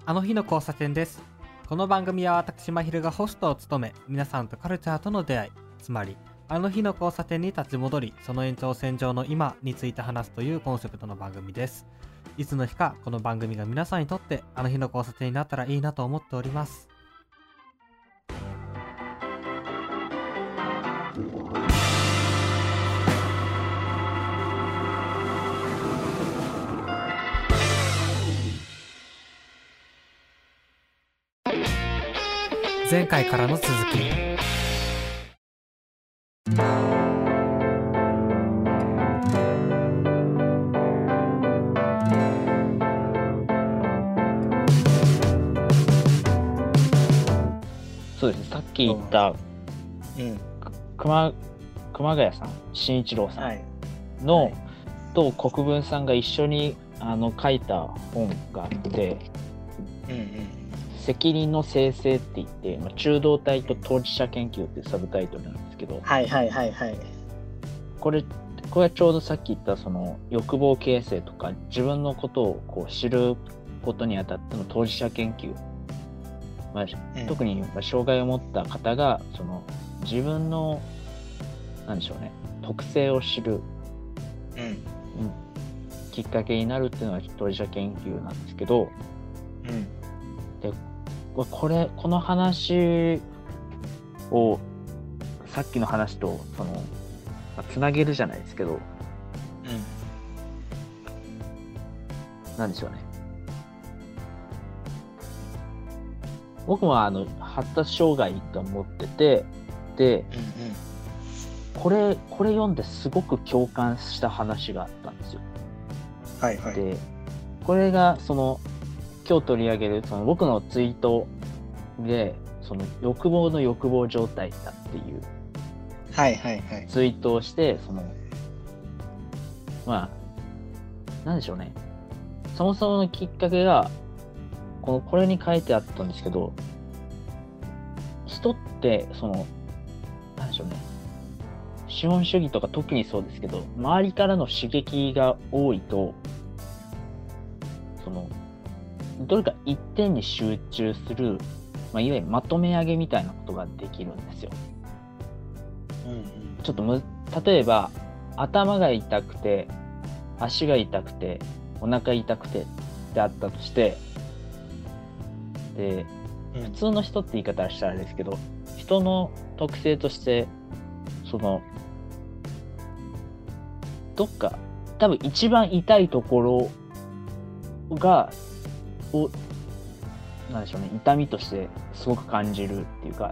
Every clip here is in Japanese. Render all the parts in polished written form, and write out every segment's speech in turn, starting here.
あの日の交差点です。この番組は私まひるがホストを務め、皆さんとカルチャーとの出会い、つまりあの日の交差点に立ち戻り、その延長線上の今について話すというコンセプトの番組です。いつの日かこの番組が皆さんにとってあの日の交差点になったらいいなと思っております。前回からの続き。 そうですね、さっき言った、熊谷さん、慎一郎さんの、と国分さんが一緒に書いた本があって、責任の生成って言って、中道体と当事者研究っていうサブタイトルなんですけど、これはちょうどさっき言ったその欲望形成とか自分のことをこう知ることにあたっての当事者研究、特に障害を持った方がその自分のなんでしょうね、特性を知る、きっかけになるっていうのが当事者研究なんですけど、でこの話をさっきの話とそのつなげるじゃないですけど、なんでしょうね。僕も発達障害が持ってて、で、これ読んですごく共感した話があったんですよ。で、これがその今日取り上げるその僕のツイートでその欲望の欲望状態だっていうツイートをして、そのなんでしょうね、そもそものきっかけがこれに書いてあったんですけど、人ってそのなんでしょうね、資本主義とか特にそうですけど、周りからの刺激が多いとそのどれか一点に集中する、いわゆるまとめ上げみたいなことができるんですよ。ちょっと例えば頭が痛くて足が痛くてお腹痛くてであったとして、で普通の人って言い方はしたらあれですけど、人の特性としてそのどっか多分一番痛いところがなんでしょうね、痛みとしてすごく感じるっていうか、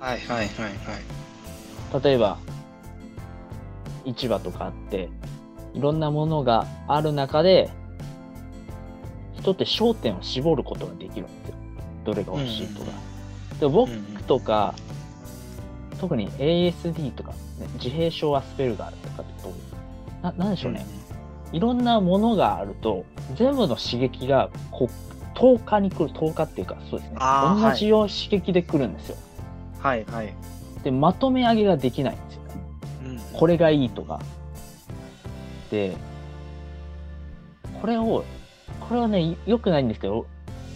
例えば市場とかあっていろんなものがある中で人って焦点を絞ることができるんですよ。どれが欲しいとか、で僕とか、特に ASD とか、自閉症アスペルガーとかだとなんでしょうね、いろんなものがあると全部の刺激が10日に来る、10日っていうかそうですね、同じよう刺激で来るんですよ。でまとめ上げができないんですよね、これがいいとかで、これはね良くないんですけど、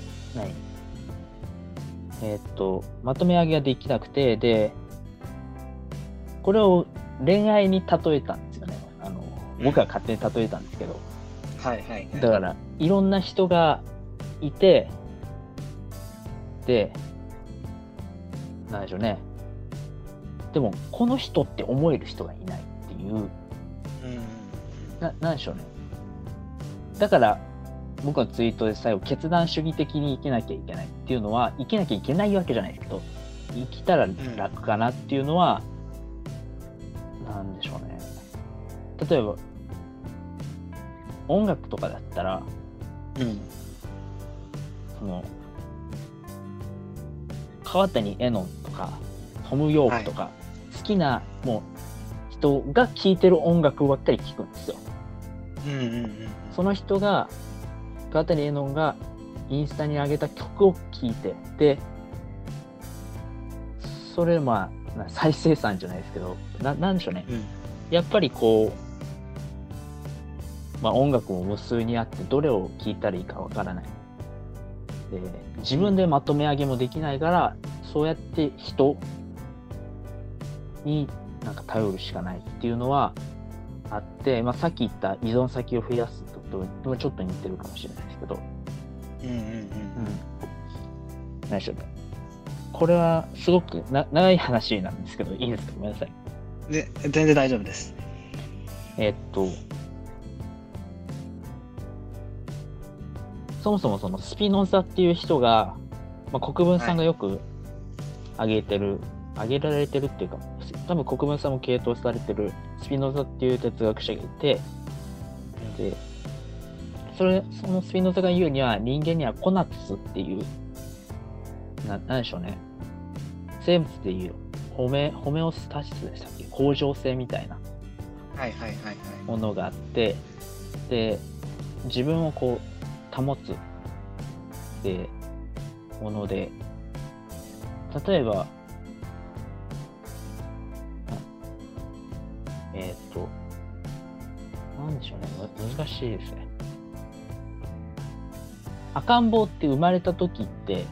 まとめ上げができなくて、でこれを恋愛に例えたんですよね。僕が勝手に例えたんですけど、だからいろんな人がいて、でなんでしょうね、でもこの人って思える人がいないっていう、なんでしょうね、だから僕のツイートで最後決断主義的に生きなきゃいけないっていうのは、生きなきゃいけないわけじゃないですけど、生きたら楽かなっていうのは、なんでしょうね、例えば音楽とかだったら、その川谷絵音とかトム・ヨークとか、好きなもう人が聴いてる音楽ばっかり聴くんですよ。その人が川谷絵音がインスタに上げた曲を聴いて、でそれ再生産じゃないですけど、なんでしょうね、やっぱりこう、音楽も無数にあってどれを聴いたらいいかわからない。 で自分でまとめ上げもできないから、そうやって人になんか頼るしかないっていうのはあって、まあ、さっき言った依存先を増やすともちょっと似てるかもしれないですけど、何でしょうね。これはすごく長い話なんですけど、いいですか？ごめんなさい。 で、全然大丈夫です。 そもそもそのスピノザっていう人が、まあ、国分さんがよく挙げられてるっていうか、多分国分さんも傾倒されてるスピノザっていう哲学者がいて、でそのスピノザが言うには、人間にはコナツスっていうなんでしょうね、生物でいうホメオスタシスでしたっけ、恒常性みたいなものがあって、で自分をこう保つってもので、例えばなんでしょうね、難しいですね。赤ん坊って生まれた時って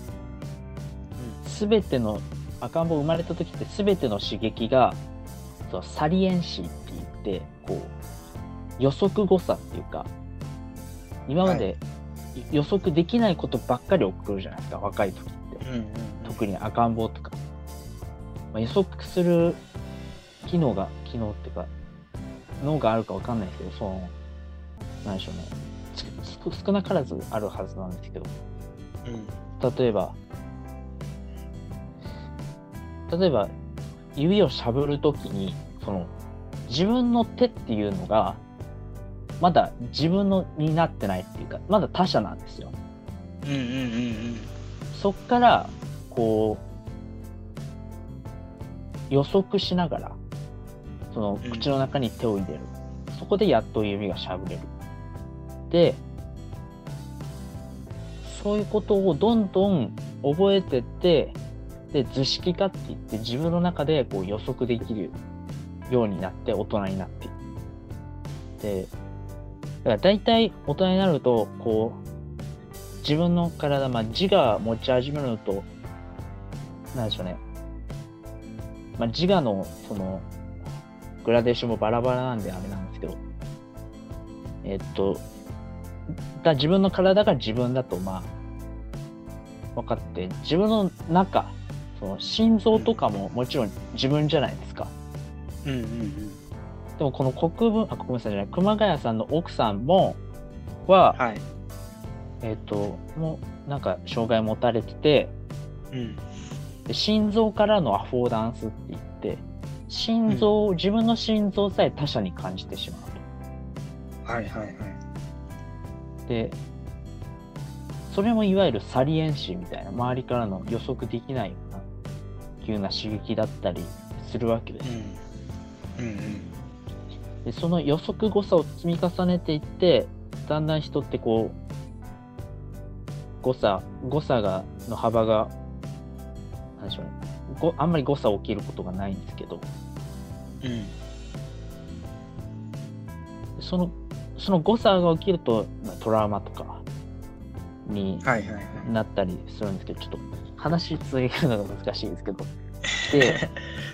全ての赤ん坊生まれた時って全ての刺激がサリエンシーって言って、こう予測誤差っていうか、今まで予測できないことばっかり起こるじゃないですか、若い時って、特に赤ん坊とか、予測する機能っていうか脳があるかわかんないですけど、なんでしょうね、少なからずあるはずなんですけど、例えば指をしゃぶるときに、自分の手っていうのがまだ自分のになってないっていうか、まだ他者なんですよ。そっからこう予測しながら口の中に手を入れる、そこでやっと指がしゃぶれる。でそういうことをどんどん覚えてって、で図式化って言って自分の中でこう予測できるようになって大人になっていく。でだから大体大人になるとこう自分の体、自我を持ち始めると、なんでしょうね、自我のグラデーションもバラバラなんであれなんですけど、自分の体が自分だと分かって、自分の中、心臓とかももちろん自分じゃないですか。でもこの熊谷さんの奥さんもは、もうなんか障害持たれてて、で心臓からのアフォーダンスって言って、自分の心臓さえ他者に感じてしまうと。でそれもいわゆるサリエンシーみたいな、周りからの予測できないような急な刺激だったりするわけです。でその予測誤差を積み重ねていって、だんだん人ってこう誤差の幅がなんでしょうね、あんまり誤差起きることがないんですけど、その誤差が起きるとトラウマとかになったりするんですけど、ちょっと話続けるのが難しいですけど、で、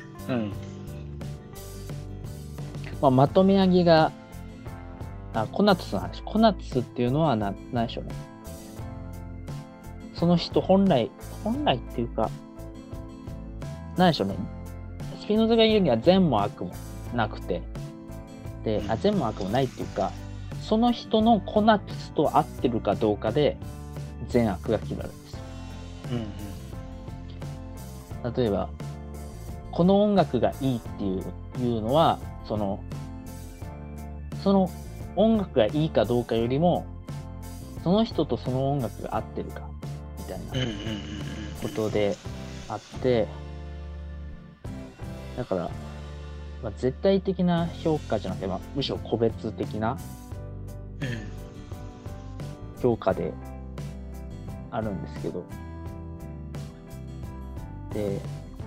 まとめ上げがコナツスの話。コナツスっていうのは何でしょうね、その人本来っていうか、何でしょうね、スピノザが言うには善も悪もなくて、で善も悪もないっていうか、その人のコナツスと合ってるかどうかで善悪が決まるんです。例えばこの音楽がいいっていうのは、その音楽がいいかどうかよりも、その人とその音楽が合ってるかみたいなことであって、だから、絶対的な評価じゃなくて、むしろ個別的な評価であるんですけど、で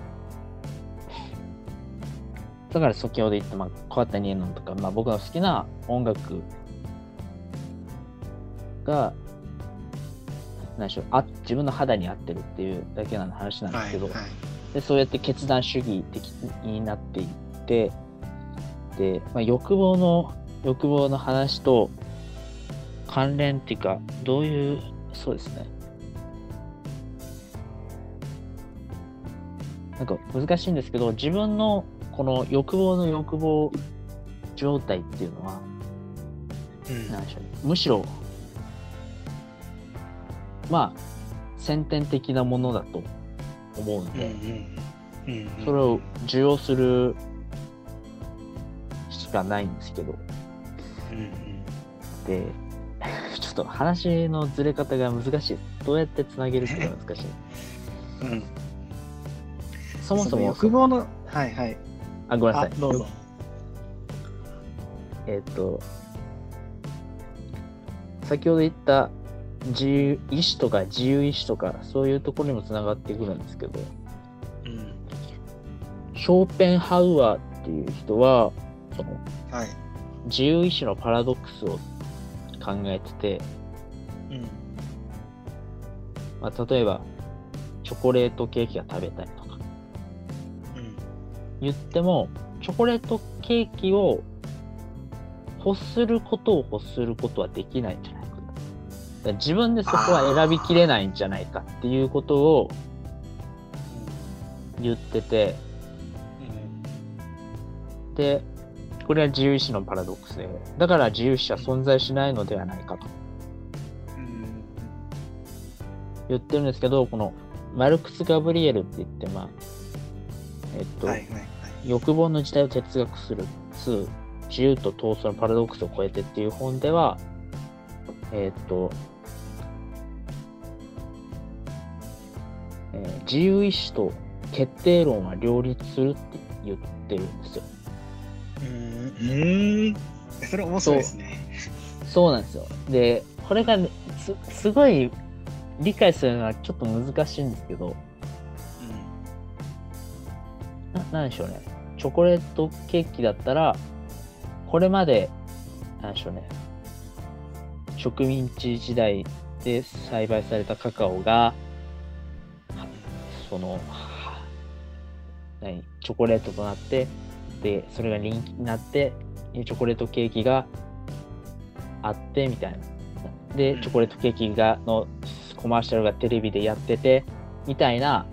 だから先ほど言った小谷絵音とか、僕の好きな音楽が何でしょう、自分の肌に合ってるっていうだけの話なんですけど、 はいはいでそうやって決断主義的になっていって、で、欲望の話と関連っていうか、どういう、そうですね。なんか難しいんですけど、自分のこの欲望状態っていうのは、なんでしょうね。むしろ、先天的なものだと思うんで、それを受容するしかないんですけど、で、ちょっと話のずれ方が難しい。どうやってつなげるっていうのが難しい。そもそも欲望の、はいはい。 ごめんなさい。 どうぞ。 先ほど言った意志とか自由意志とかそういうところにもつながってくるんですけど、ショーペンハウアーっていう人はその、自由意志のパラドックスを考えてて、例えばチョコレートケーキが食べたいとか、言ってもチョコレートケーキを欲することはできないんじゃないか。だから自分でそこは選びきれないんじゃないかっていうことを言ってて、で、これは自由意志のパラドックスで、だから自由意志は存在しないのではないかと言ってるんですけど、このマルクス・ガブリエルって言って、欲望の時代を哲学する自由と闘争のパラドックスを超えてっていう本では、自由意志と決定論は両立するって言ってるんですよ。 それ面白いですね。 そうなんですよ。で、これが、ね、すごい理解するのはちょっと難しいんですけど、なんでしょうね。チョコレートケーキだったら、これまで、なんでしょうね。植民地時代で栽培されたカカオが、チョコレートとなって、で、それが人気になって、チョコレートケーキがあって、みたいな。で、チョコレートケーキのコマーシャルがテレビでやってて、みたいな、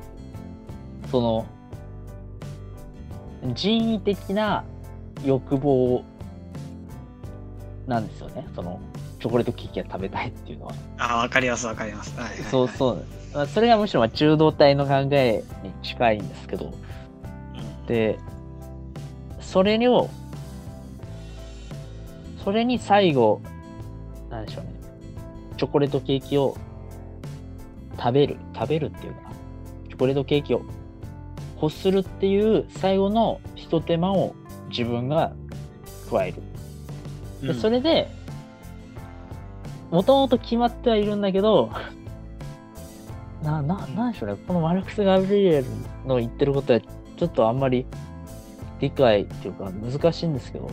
人為的な欲望なんですよね。チョコレートケーキが食べたいっていうのは。 わかります。 そう。それがむしろ中道体の考えに近いんですけど、で、それに最後、なんでしょうね。チョコレートケーキを食べるっていうか、チョコレートケーキを欲するっていう最後の一手間を自分が加える。で、それで、もともと決まってはいるんだけど、なんでしょうね。このマルクス・ガブリエルの言ってることはちょっとあんまり理解っていうか難しいんですけど、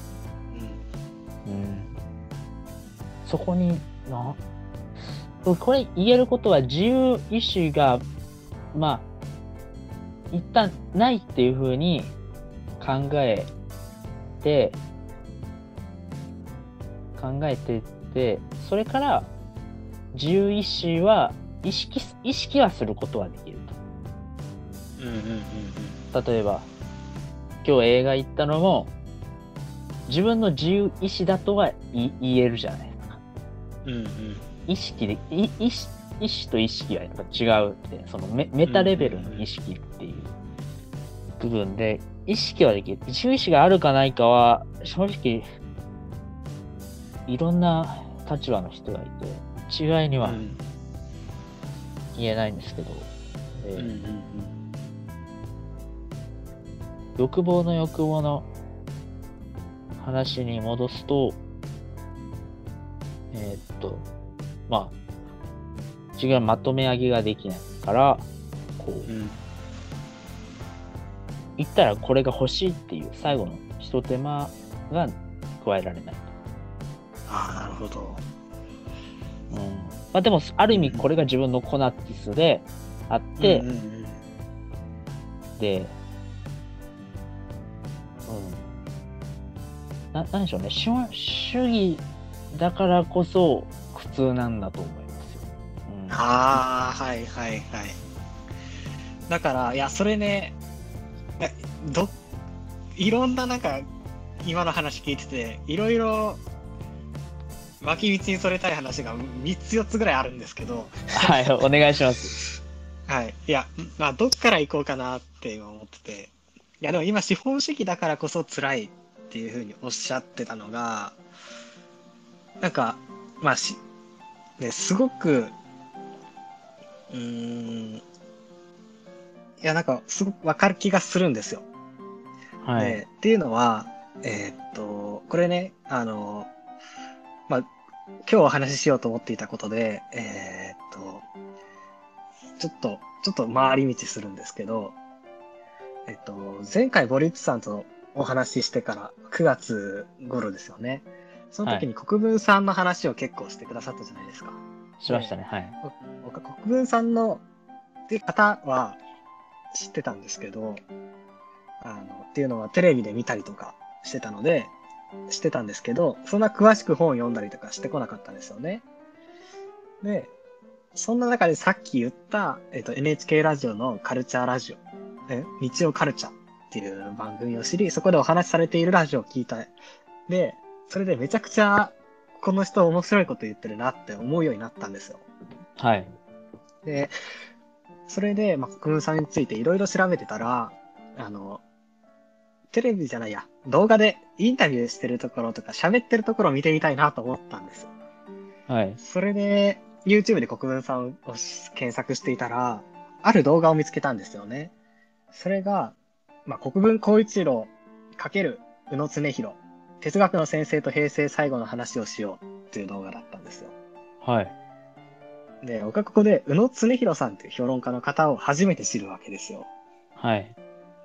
そこにこれ言えることは自由意志が一旦ないっていう風に考えてて、それから自由意志は意識はすることはできると。例えば今日映画行ったのも自分の自由意志だとは言えるじゃないですか。意志と意識はやっぱ違うって、メタレベルの意識っていう部分で意識はできる。自由意志があるかないかは正直いろんな立場の人がいて一概には言えないんですけど、欲望の話に戻すと、自分はまとめ上げができないから、言ったらこれが欲しいっていう最後の一手間が加えられない。 なるほど。 まあでもある意味これが自分のコナティスであって、 うんうんうん、 で、なんでしょうね、資本主義だからこそ苦痛なんだと思いますよ。 ああ、はいはいはい。だから、いや、それね、いろんななんか、今の話聞いてて、いろいろ脇道にそれたい話が3つ4つぐらいあるんですけど、 はい、お願いします。 はい。いや、まあ、どっから行こうかなって今思ってて、いや、でも今、資本主義だからこそ辛いっていうふうにおっしゃってたのが、なんか、まあね、すごく、いや、なんか、すごくわかる気がするんですよ。 はい。 で、っていうのは、これね、まあ、今日お話ししようと思っていたことで、ちょっと回り道するんですけど、前回ボリッチさんとお話ししてから9月頃ですよね。その時に国分さんの話を結構してくださったじゃないですか。 しましたね。はい。 僕は国分さんのっていう方は知ってたんですけど、っていうのはテレビで見たりとかしてたので、してたんですけど、そんな詳しく本を読んだりとかしてこなかったんですよね。で、そんな中でさっき言った、NHK ラジオのカルチャーラジオ、日曜カルチャーっていう番組を知り、そこでお話しされているラジオを聞いた。で、それでめちゃくちゃこの人面白いこと言ってるなって思うようになったんですよ。 はい。 で、それで、まあ、国分さんについていろいろ調べてたら、テレビじゃないや、動画でインタビューしてるところとか喋ってるところを見てみたいなと思ったんですよ。 はい。 それで、YouTube で国分さんを検索していたら、ある動画を見つけたんですよね。それが、まあ、国分光一郎×宇野恒弘、哲学の先生と平成最後の話をしようっていう動画だったんですよ。 はい。 で、僕はここで宇野恒弘さんっていう評論家の方を初めて知るわけですよ。 はい。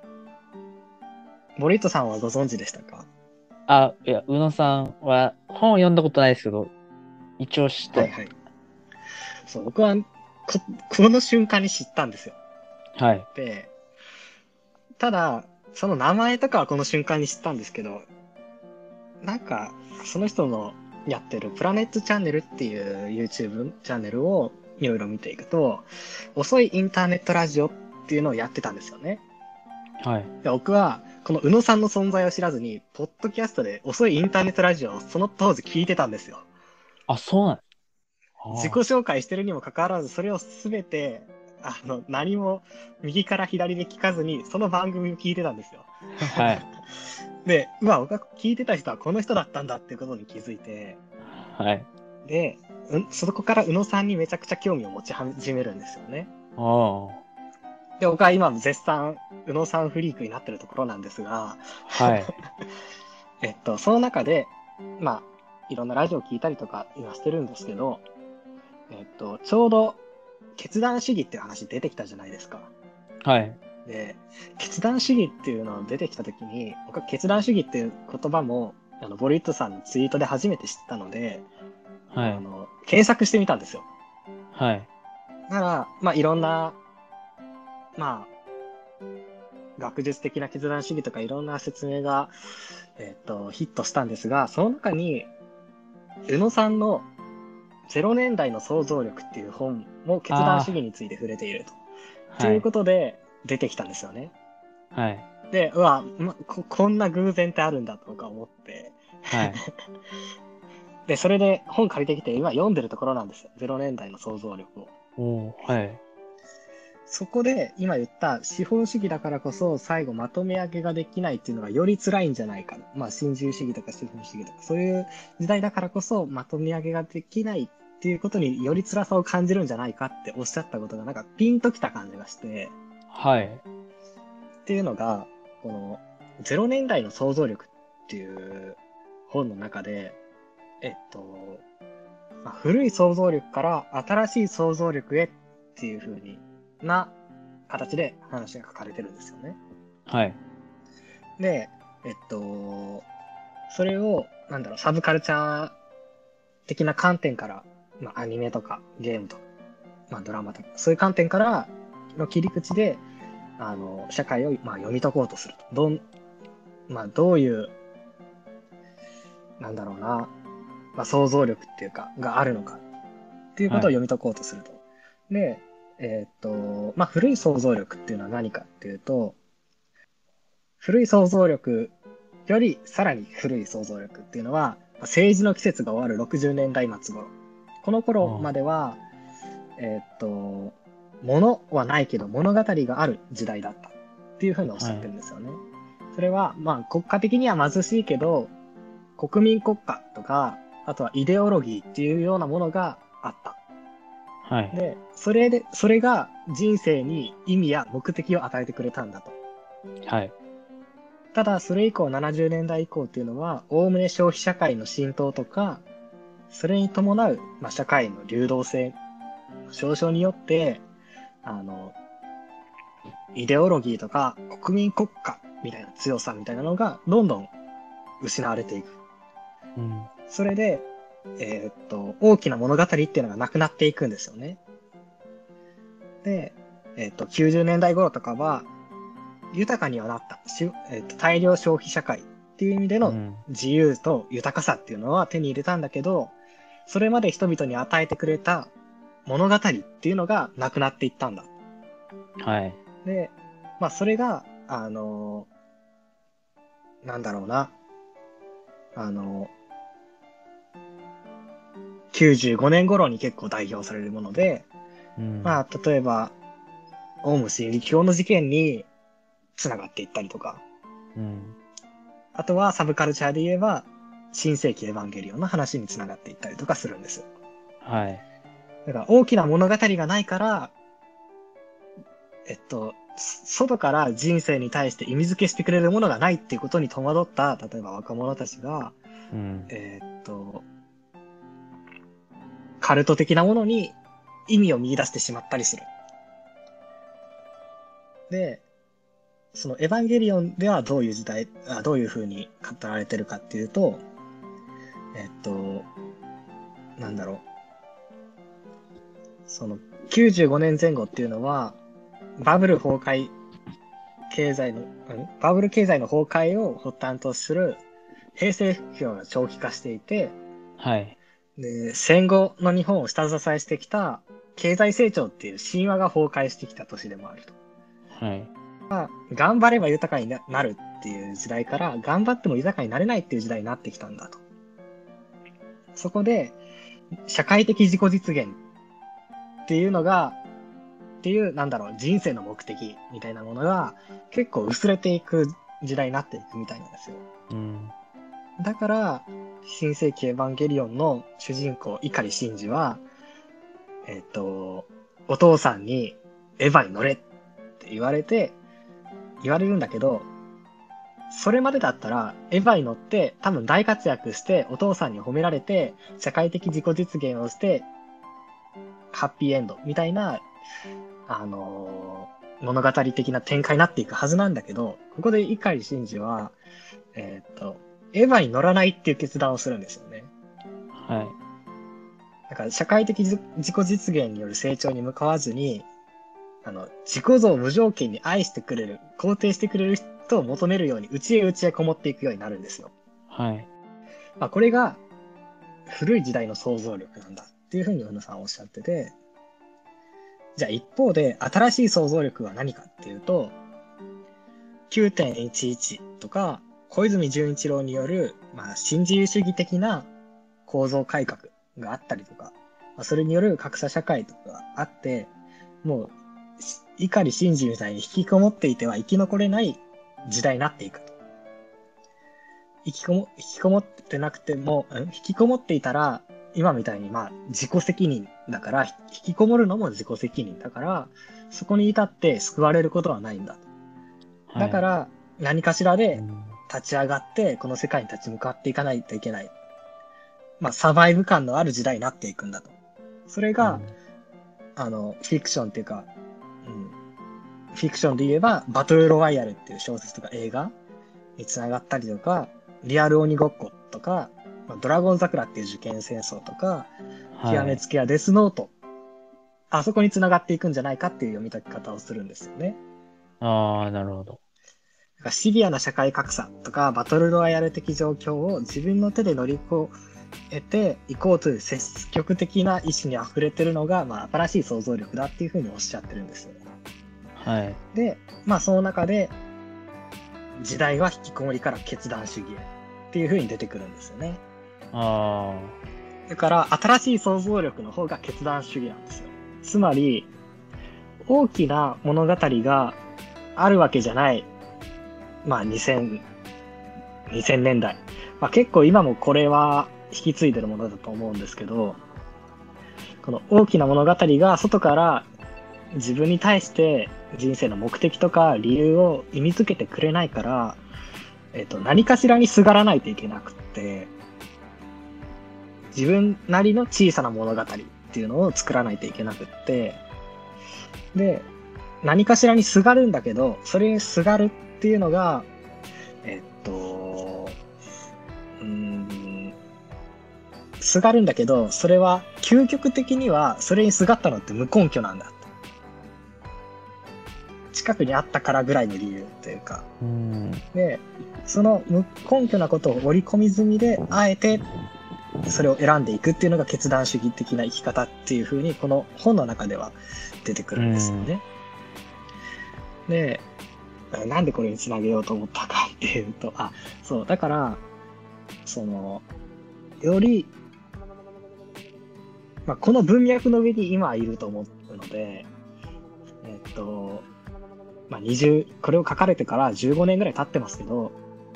ボリットさんはご存知でしたか？ あ、いや、宇野さんは本を読んだことないですけど、一応知って。 はいはい。そう、僕はこの瞬間に知ったんですよ。 はい。 で、ただ、その名前とかはこの瞬間に知ったんですけど、なんか、その人のやってるプラネットチャンネルっていう YouTube チャンネルをいろいろ見ていくと、遅いインターネットラジオっていうのをやってたんですよね。 はい。 で、僕は、この宇野さんの存在を知らずに、ポッドキャストで遅いインターネットラジオをその当時聞いてたんですよ。 あ、そうなんです。 自己紹介してるにもかかわらず、それをすべて、何も右から左で聞かずに、その番組を聞いてたんですよ。 はい。 で、僕が聞いてた人はこの人だったんだっていうことに気づいて、 はい。 で、そこから宇野さんにめちゃくちゃ興味を持ち始めるんですよね。 あで、僕は今絶賛宇野さんフリークになってるところなんですが、 はい。 その中で、まあ、いろんなラジオを聞いたりとか今してるんですけど、ちょうど決断主義っていう話出てきたじゃないですか。 はい。 で、決断主義っていうのが出てきたときに、僕は決断主義っていう言葉も、ボリットさんのツイートで初めて知ったので、 はい。 検索してみたんですよ。 はい。 なら、まあ、いろんな、まあ、学術的な決断主義とかいろんな説明が、ヒットしたんですが、その中に、宇野さんの0年代の想像力っていう本も決断主義について触れていると。ということで出てきたんですよね。 はい。 で、こんな偶然ってあるんだとか思って。 はい。 で、それで本借りてきて今読んでるところなんですよ。0年代の想像力を。 はい。 そこで今言った資本主義だからこそ最後まとめ上げができないっていうのがより辛いんじゃないか。まあ新自由主義とか資本主義とかそういう時代だからこそまとめ上げができないっていうことにより辛さを感じるんじゃないかっておっしゃったことがなんかピンときた感じがして。 はい。 っていうのが、この0年代の想像力っていう本の中で、古い想像力から新しい想像力へっていう風な形で話が書かれてるんですよね。 はい。 で、それを、サブカルチャー的な観点からまあ、アニメとかゲームとか、まあ、ドラマとか、そういう観点からの切り口で、社会を、まあ、読み解こうとすると。まあ、どういう、なんだろうな、まあ、想像力っていうか、があるのかっていうことを読み解こうとすると。で、まあ、古い想像力っていうのは何かっていうと、古い想像力よりさらに古い想像力っていうのは、政治の季節が終わる60年代末頃。この頃までは、物はないけど物語がある時代だったっていうふうにおっしゃってるんですよね。それは、まあ国家的には貧しいけど、国民国家とか、あとはイデオロギーっていうようなものがあった。 はい。 で、それが人生に意味や目的を与えてくれたんだと。 はい。 ただ、それ以降、70年代以降っていうのは、おおむね消費社会の浸透とか、それに伴う、まあ、社会の流動性、上昇によって、イデオロギーとか国民国家みたいな強さみたいなのがどんどん失われていく。 うん。 それで、大きな物語っていうのがなくなっていくんですよね。で、90年代頃とかは、豊かにはなった、大量消費社会っていう意味での自由と豊かさっていうのは手に入れたんだけど、それまで人々に与えてくれた物語っていうのがなくなっていったんだ。 はい。 で、まあそれが、なんだろうな、95年頃に結構代表されるもので、まあ例えば、オウム真理教の事件に繋がっていったりとか、あとはサブカルチャーで言えば、新世紀エヴァンゲリオンの話に繋がっていったりとかするんです。 はい。 だから大きな物語がないから、外から人生に対して意味付けしてくれるものがないっていうことに戸惑った、例えば若者たちが、カルト的なものに意味を見出してしまったりする。で、そのエヴァンゲリオンではどういう風に語られてるかっていうと、なんだろう。その95年前後っていうのは、バブル経済の崩壊を発端とする平成不況が長期化していて、 はい。 で、戦後の日本を下支えしてきた経済成長っていう神話が崩壊してきた年でもあると。 はい。 頑張れば豊かになるっていう時代から、頑張っても豊かになれないっていう時代になってきたんだと。そこで、社会的自己実現っていうのが、人生の目的みたいなものが結構薄れていく時代になっていくみたいなんですよ。だから、新世紀エヴァンゲリオンの主人公、碇シンジは、お父さんにエヴァに乗れって言われるんだけど、それまでだったら、エヴァに乗って多分大活躍して、お父さんに褒められて、社会的自己実現をして、ハッピーエンドみたいな、物語的な展開になっていくはずなんだけど、ここで碇シンジは、エヴァに乗らないっていう決断をするんですよね。 はい。 だから社会的自己実現による成長に向かわずに、自己像を無条件に愛してくれる、肯定してくれる人を求めるように、内へこもっていくようになるんですよ。 はい。 まあ、これが、古い時代の想像力なんだっていうふうに宇野さんはおっしゃってて、じゃあ一方で、新しい想像力は何かっていうと、9.11 とか、小泉純一郎による、まあ、新自由主義的な構造改革があったりとか、まあ、それによる格差社会とかがあって、もう、碇シンジみたいに引きこもっていては生き残れない時代になっていくと。引きこもってなくても、引きこもっていたら、今みたいにまあ自己責任だから、引きこもるのも自己責任だから、そこに至って救われることはないんだと。だから、何かしらで立ち上がって、この世界に立ち向かっていかないといけない。まあ、サバイブ感のある時代になっていくんだと。それが、フィクションっていうか、フィクションで言えば、バトルロワイヤルっていう小説とか映画につながったりとか、リアル鬼ごっことか、ドラゴン桜っていう受験戦争とか、 極めつけやデスノート、あそこに繋がっていくんじゃないかっていう読み解き方をするんですよね。 ああ、なるほど。 だからシビアな社会格差とかバトルロワイヤル的状況を自分の手で乗り越えていこうという積極的な意志に溢れてるのが、まあ、新しい想像力だっていうふうにおっしゃってるんですよ。 はい。 で、まあその中で時代は引きこもりから決断主義へっていうふうに出てくるんですよね。 あだから新しい想像力の方が決断主義なんですよ。つまり大きな物語があるわけじゃない、まあ2000年代、まあ、結構今もこれは引き継いでるものだと思うんですけど、この大きな物語が外から自分に対して人生の目的とか理由を意味付けてくれないから、何かしらにすがらないといけなくって、自分なりの小さな物語っていうのを作らないといけなくって、で、何かしらにすがるんだけど、それにすがるっていうのが、すがるんだけど、それは究極的にはそれにすがったのって無根拠なんだ。近くにあったからぐらいの理由というか。で、その無根拠なことを織り込み済みで、あえてそれを選んでいくっていうのが決断主義的な生き方っていう風に、この本の中では出てくるんですよね。で、なんでこれにつなげようと思ったかっていうと、そう、だから、より、まあ、この文脈の上に今いると思うので、まあ、これを書かれてから15年ぐらい経ってますけど、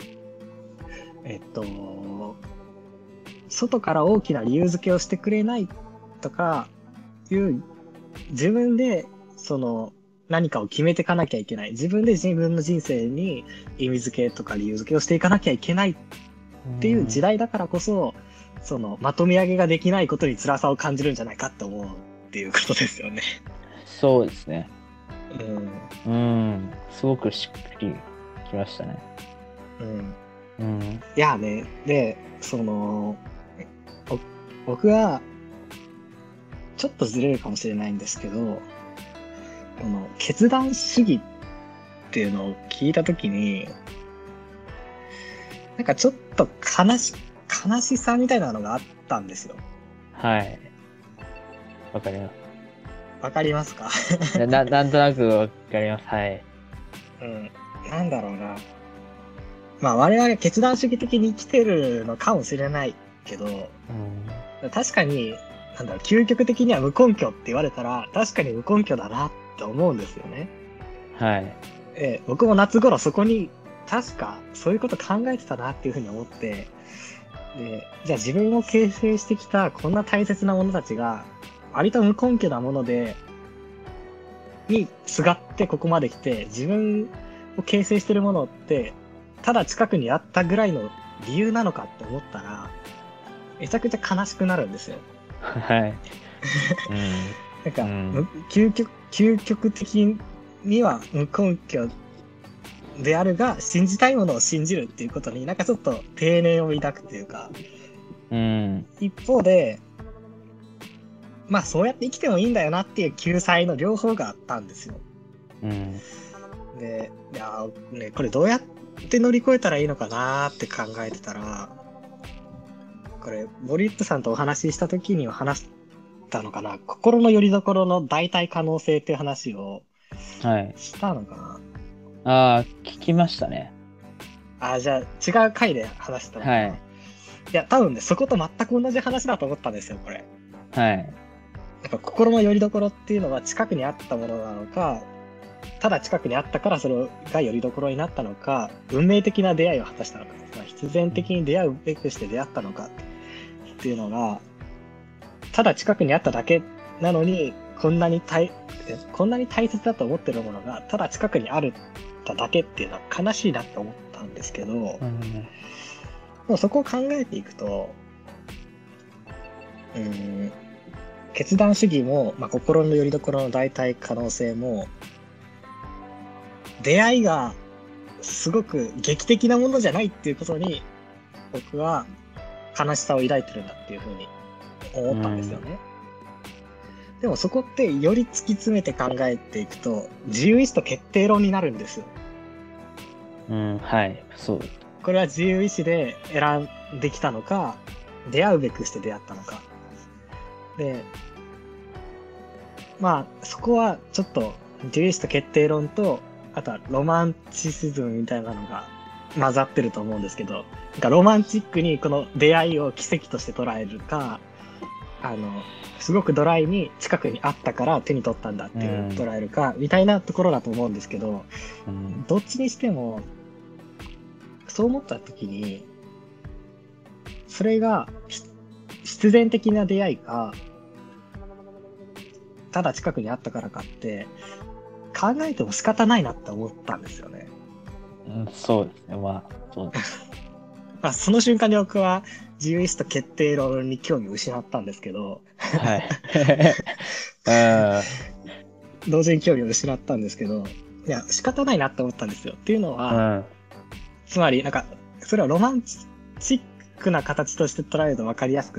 外から大きな理由付けをしてくれないとかいう自分で何かを決めていかなきゃいけない、自分で自分の人生に意味付けとか理由付けをしていかなきゃいけないっていう時代だからこそ、まとめ上げができないことに辛さを感じるんじゃないかって思うっていうことですよね。 そうですね。すごくしっくりきましたね。 いやね、で、僕はちょっとずれるかもしれないんですけど、この決断主義っていうのを聞いたときに、なんかちょっと悲しさみたいなのがあったんですよ。 はい。わかります。 わかりますか？ なんとなくわかります。はい。 なんだろうな。まあ我々決断主義的に生きてるのかもしれないけど、確かに、究極的には無根拠って言われたら、確かに無根拠だなって思うんですよね。 はい。 僕も夏頃そこに確かそういうこと考えてたなっていうふうに思って、で、じゃあ自分を形成してきたこんな大切なものたちが、割と無根拠なものにすがってここまで来て、自分を形成してるものって、ただ近くにあったぐらいの理由なのかって思ったら、めちゃくちゃ悲しくなるんですよ。 はい。 なんか、究極的には無根拠であるが、信じたいものを信じるっていうことになんかちょっと定念を抱くというか、一方で、まあそうやって生きてもいいんだよなっていう救済の両方があったんですよ。で、これどうやって乗り越えたらいいのかなって考えてたら、これボリットさんとお話しした時には話したのかな、心の拠り所の代替可能性っていう話をしたのかな。 聞きましたね。 じゃあ違う回で話したのかな。いや多分ね、そこと全く同じ話だと思ったんですよこれ。なんか心の拠り所っていうのは近くにあったものなのか、ただ近くにあったからそれが拠り所になったのか、運命的な出会いを果たしたのか、必然的に出会うべくして出会ったのかっていうのが、ただ近くにあっただけなのに、こんなに大切だと思ってるものがただ近くにあるだけっていうのは悲しいなって思ったんですけど、でもそこを考えていくと、決断主義も、心の拠り所の代替可能性も、出会いがすごく劇的なものじゃないっていうことに僕は悲しさを抱いてるんだっていうふうに思ったんですよね。でもそこってより突き詰めて考えていくと自由意志と決定論になるんですよ。 はい、そう。 これは自由意志で選んできたのか、出会うべくして出会ったのか。で、まあそこはちょっと自由意志と決定論と、あとはロマンチシズムみたいなのが混ざってると思うんですけど、なんかロマンチックにこの出会いを奇跡として捉えるか、すごくドライに近くにあったから手に取ったんだっていう捉えるか、みたいなところだと思うんですけど、どっちにしても、そう思った時に、それが必然的な出会いか、ただ近くにあったからかって、考えても仕方ないなって思ったんですよね。 そうですね、まあ、そうです。 まあ、その瞬間に僕は自由意志と決定論に興味を失ったんですけど、 はい。 同時に興味を失ったんですけど、いや、仕方ないなって思ったんですよ。っていうのは、つまり、なんか、それはロマンチックな形として捉えると分かりやすくって、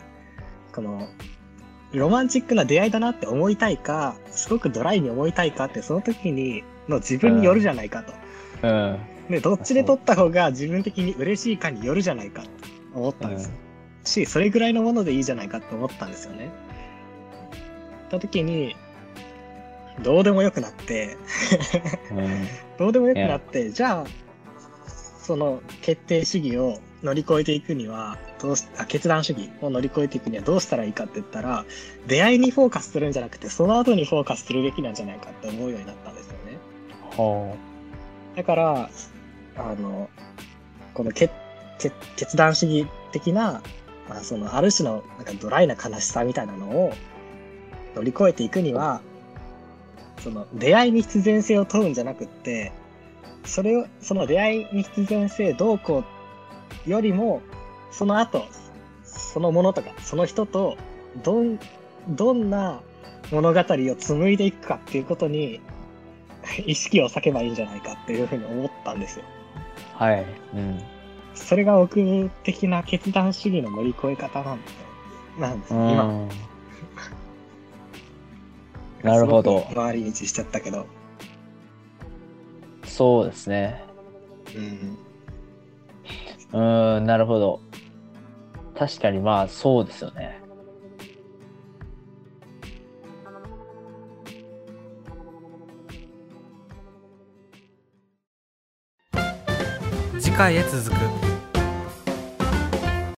この、ロマンチックな出会いだなって思いたいか、すごくドライに思いたいかって、その時の自分によるじゃないかと。で、どっちで取った方が自分的に嬉しいかによるじゃないかと思ったんです。し、それぐらいのものでいいじゃないかって思ったんですよね。った時に、どうでもよくなって、どうでもよくなって、じゃあ、その決定主義を乗り越えていくには、決断主義を乗り越えていくにはどうしたらいいかって言ったら、出会いにフォーカスするんじゃなくて、その後にフォーカスするべきなんじゃないかって思うようになったんですよね。だから、この決断主義的な、そのある種のなんかドライな悲しさみたいなのを乗り越えていくには、その出会いに必然性を問うんじゃなくって、その出会いに必然性どうこうよりも、その後、そのものとか、その人とどんな物語を紡いでいくかっていうことに意識を割けばいいんじゃないかっていうふうに思ったんですよ。 はい。 それが僕的な決断主義の乗り越え方なんです今。 なるほど。 回り道しちゃったけど。 そうですね。なるほど。確かにまあそうですよね。 次回へ続く。